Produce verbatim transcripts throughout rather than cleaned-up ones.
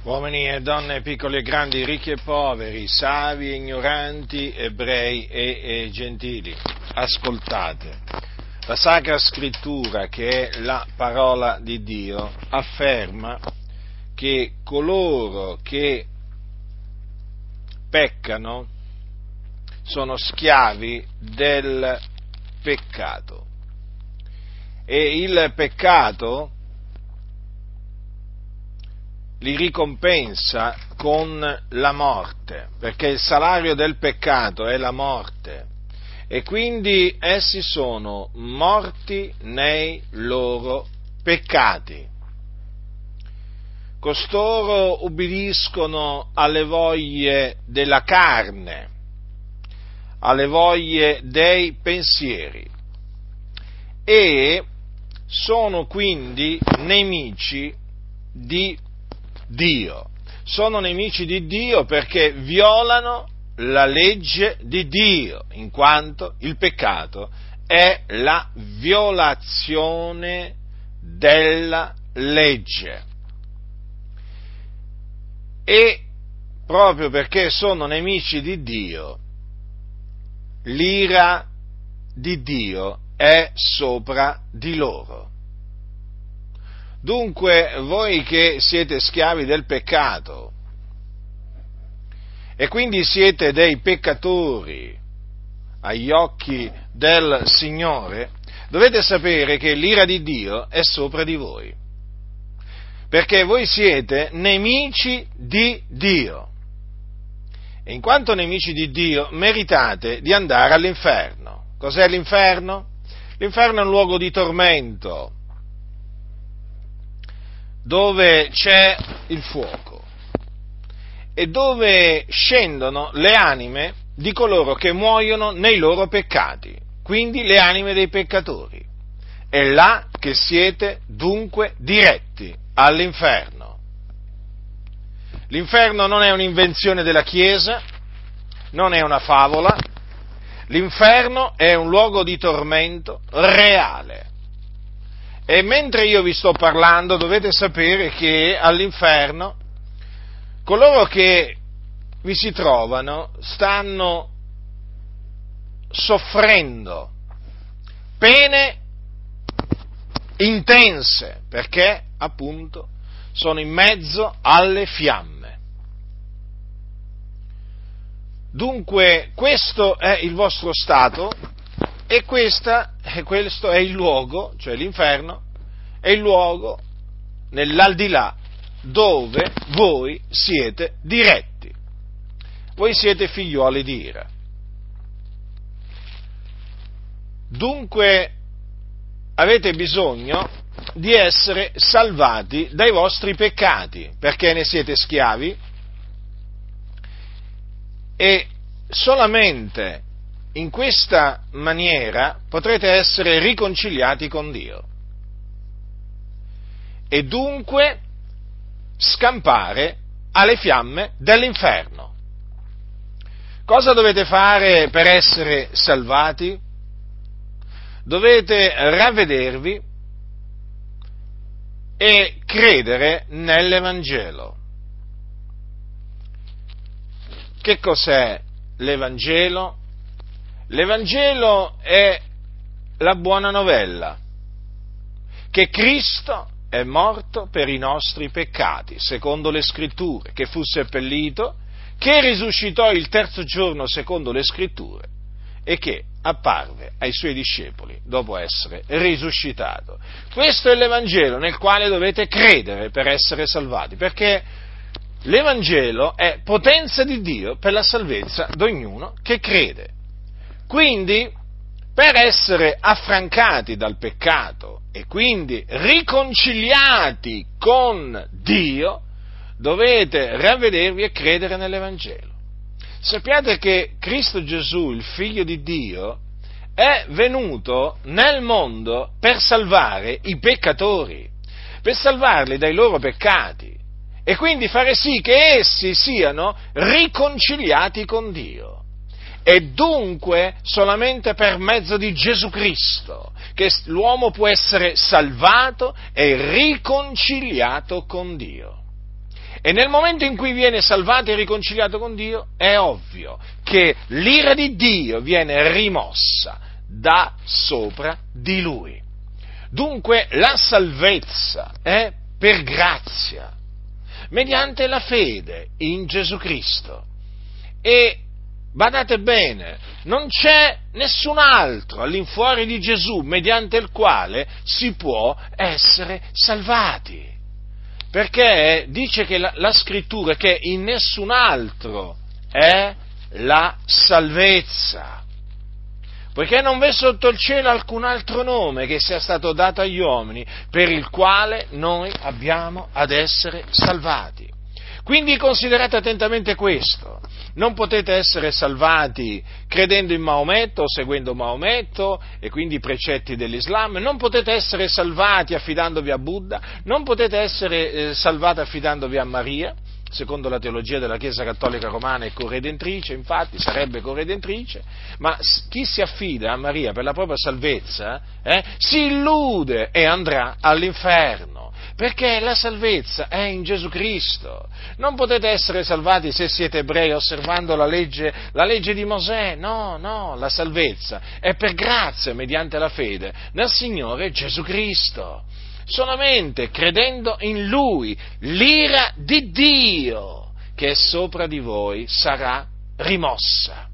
Uomini e donne, piccoli e grandi, ricchi e poveri, savi e ignoranti, ebrei e, e gentili, ascoltate. La Sacra Scrittura, che è la parola di Dio, afferma che coloro che peccano sono schiavi del peccato. E il peccato li ricompensa con la morte, perché il salario del peccato è la morte, e quindi essi sono morti nei loro peccati. Costoro ubbidiscono alle voglie della carne, alle voglie dei pensieri, e sono quindi nemici di Dio. Sono nemici di Dio perché violano la legge di Dio, in quanto il peccato è la violazione della legge. E proprio perché sono nemici di Dio, l'ira di Dio è sopra di loro. Dunque, voi che siete schiavi del peccato e quindi siete dei peccatori agli occhi del Signore, dovete sapere che l'ira di Dio è sopra di voi, perché voi siete nemici di Dio, e in quanto nemici di Dio meritate di andare all'inferno. Cos'è l'inferno? L'inferno è un luogo di tormento, dove c'è il fuoco e dove scendono le anime di coloro che muoiono nei loro peccati, quindi le anime dei peccatori. È là che siete dunque diretti, all'inferno. L'inferno non è un'invenzione della Chiesa, non è una favola, l'inferno è un luogo di tormento reale. E mentre io vi sto parlando dovete sapere che all'inferno coloro che vi si trovano stanno soffrendo pene intense, perché appunto sono in mezzo alle fiamme. Dunque questo è il vostro stato. E questa, questo è il luogo, cioè l'inferno, è il luogo nell'aldilà dove voi siete diretti. Voi siete figliuoli di ira. Dunque avete bisogno di essere salvati dai vostri peccati, perché ne siete schiavi, e solamente in questa maniera potrete essere riconciliati con Dio e dunque scampare alle fiamme dell'inferno. Cosa dovete fare per essere salvati? Dovete ravvedervi e credere nell'Evangelo. Che cos'è l'Evangelo? L'Evangelo è la buona novella, che Cristo è morto per i nostri peccati, secondo le Scritture, che fu seppellito, che risuscitò il terzo giorno secondo le Scritture e che apparve ai suoi discepoli dopo essere risuscitato. Questo è l'Evangelo nel quale dovete credere per essere salvati, perché l'Evangelo è potenza di Dio per la salvezza di ognuno che crede. Quindi, per essere affrancati dal peccato e quindi riconciliati con Dio, dovete ravvedervi e credere nell'Evangelo. Sappiate che Cristo Gesù, il Figlio di Dio, è venuto nel mondo per salvare i peccatori, per salvarli dai loro peccati e quindi fare sì che essi siano riconciliati con Dio. È dunque solamente per mezzo di Gesù Cristo che l'uomo può essere salvato e riconciliato con Dio. E nel momento in cui viene salvato e riconciliato con Dio, è ovvio che l'ira di Dio viene rimossa da sopra di lui. Dunque la salvezza è per grazia, mediante la fede in Gesù Cristo. E badate bene, non c'è nessun altro all'infuori di Gesù mediante il quale si può essere salvati. Perché dice che la, la scrittura che in nessun altro è la salvezza. Poiché non v'è sotto il cielo alcun altro nome che sia stato dato agli uomini per il quale noi abbiamo ad essere salvati. Quindi considerate attentamente questo: non potete essere salvati credendo in Maometto o seguendo Maometto e quindi i precetti dell'Islam, non potete essere salvati affidandovi a Buddha, non potete essere eh, salvati affidandovi a Maria, secondo la teologia della Chiesa Cattolica Romana è corredentrice, infatti sarebbe corredentrice, ma chi si affida a Maria per la propria salvezza eh, si illude e andrà all'inferno, perché la salvezza è in Gesù Cristo. Non potete essere salvati se siete ebrei osservando la legge, la legge di Mosè, no, no, la salvezza è per grazia mediante la fede nel Signore Gesù Cristo. Solamente credendo in Lui, l'ira di Dio che è sopra di voi sarà rimossa.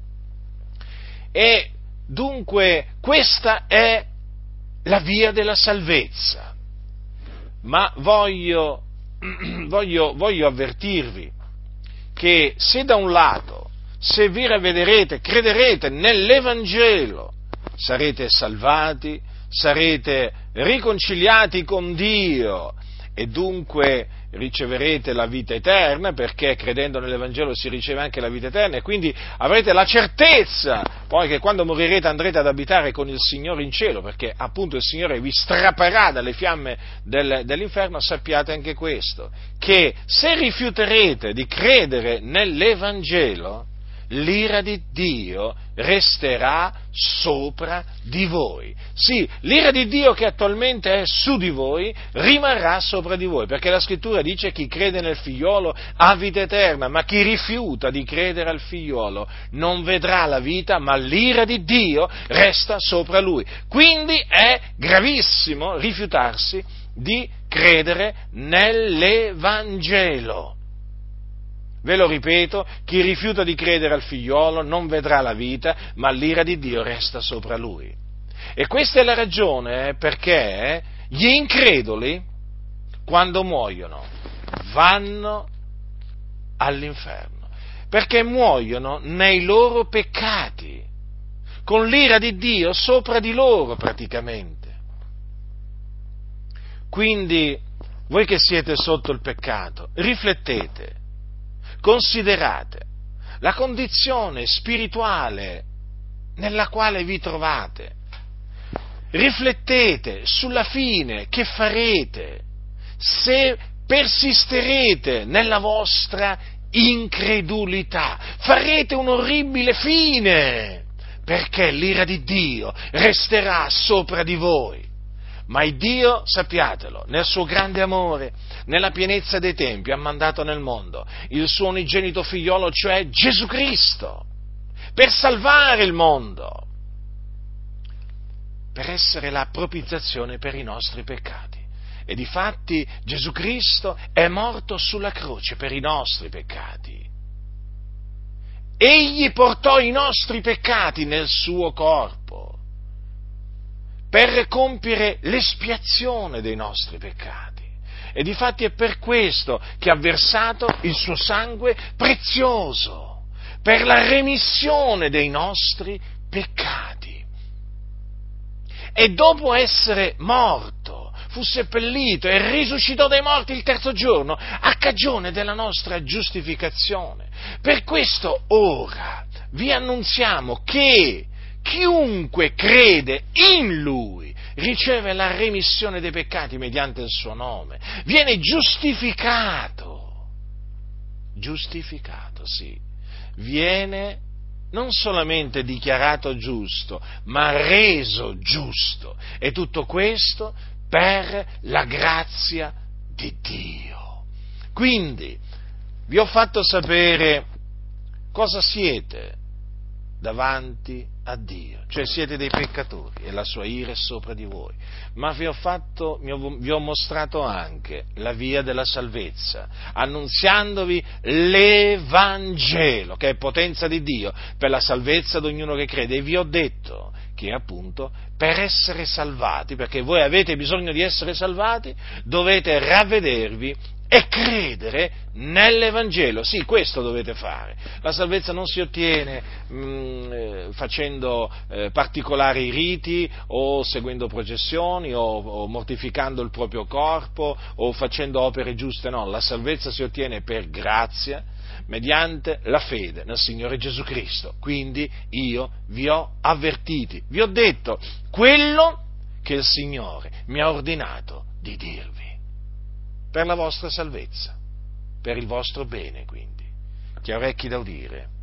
E dunque questa è la via della salvezza. Ma voglio, voglio, voglio avvertirvi che se da un lato, se vi ravvederete, crederete nell'Evangelo, sarete salvati, sarete riconciliati con Dio e dunque riceverete la vita eterna, perché credendo nell'Evangelo si riceve anche la vita eterna, e quindi avrete la certezza poi che quando morirete andrete ad abitare con il Signore in cielo, perché appunto il Signore vi strapperà dalle fiamme del, dell'inferno. Sappiate anche questo, che se rifiuterete di credere nell'Evangelo, l'ira di Dio resterà sopra di voi. Sì, l'ira di Dio che attualmente è su di voi rimarrà sopra di voi, perché la Scrittura dice: chi crede nel Figliolo ha vita eterna, ma chi rifiuta di credere al Figliolo non vedrà la vita, ma l'ira di Dio resta sopra lui. Quindi è gravissimo rifiutarsi di credere nell'Evangelo. Ve lo ripeto, chi rifiuta di credere al Figliolo non vedrà la vita, ma l'ira di Dio resta sopra lui. E questa è la ragione perché gli increduli, quando muoiono, vanno all'inferno, perché muoiono nei loro peccati, con l'ira di Dio sopra di loro praticamente. Quindi, voi che siete sotto il peccato, riflettete, considerate la condizione spirituale nella quale vi trovate, riflettete sulla fine che farete se persisterete nella vostra incredulità. Farete un'orribile fine, perché l'ira di Dio resterà sopra di voi. Ma il Dio, sappiatelo, nel suo grande amore, nella pienezza dei tempi, ha mandato nel mondo il suo unigenito figliolo, cioè Gesù Cristo, per salvare il mondo, per essere la propiziazione per i nostri peccati. E difatti Gesù Cristo è morto sulla croce per i nostri peccati. Egli portò i nostri peccati nel suo corpo, per compiere l'espiazione dei nostri peccati. E difatti è per questo che ha versato il suo sangue prezioso, per la remissione dei nostri peccati. E dopo essere morto, fu seppellito e risuscitò dai morti il terzo giorno, a cagione della nostra giustificazione. Per questo ora vi annunziamo che chiunque crede in Lui riceve la remissione dei peccati mediante il suo nome, viene giustificato, giustificato, sì, viene non solamente dichiarato giusto, ma reso giusto, e tutto questo per la grazia di Dio. Quindi, vi ho fatto sapere cosa siete davanti a Dio, cioè siete dei peccatori e la sua ira è sopra di voi, ma vi ho fatto, vi ho mostrato anche la via della salvezza, annunziandovi l'Evangelo, che è potenza di Dio per la salvezza di ognuno che crede, e vi ho detto che appunto per essere salvati, perché voi avete bisogno di essere salvati, dovete ravvedervi e credere nell'Evangelo. Sì, questo dovete fare. La salvezza non si ottiene mh, facendo eh, particolari riti o seguendo processioni o, o mortificando il proprio corpo o facendo opere giuste, no. La salvezza si ottiene per grazia, mediante la fede nel Signore Gesù Cristo. Quindi io vi ho avvertiti, vi ho detto quello che il Signore mi ha ordinato di dirvi, per la vostra salvezza, per il vostro bene, quindi. Chi ha orecchi da udire,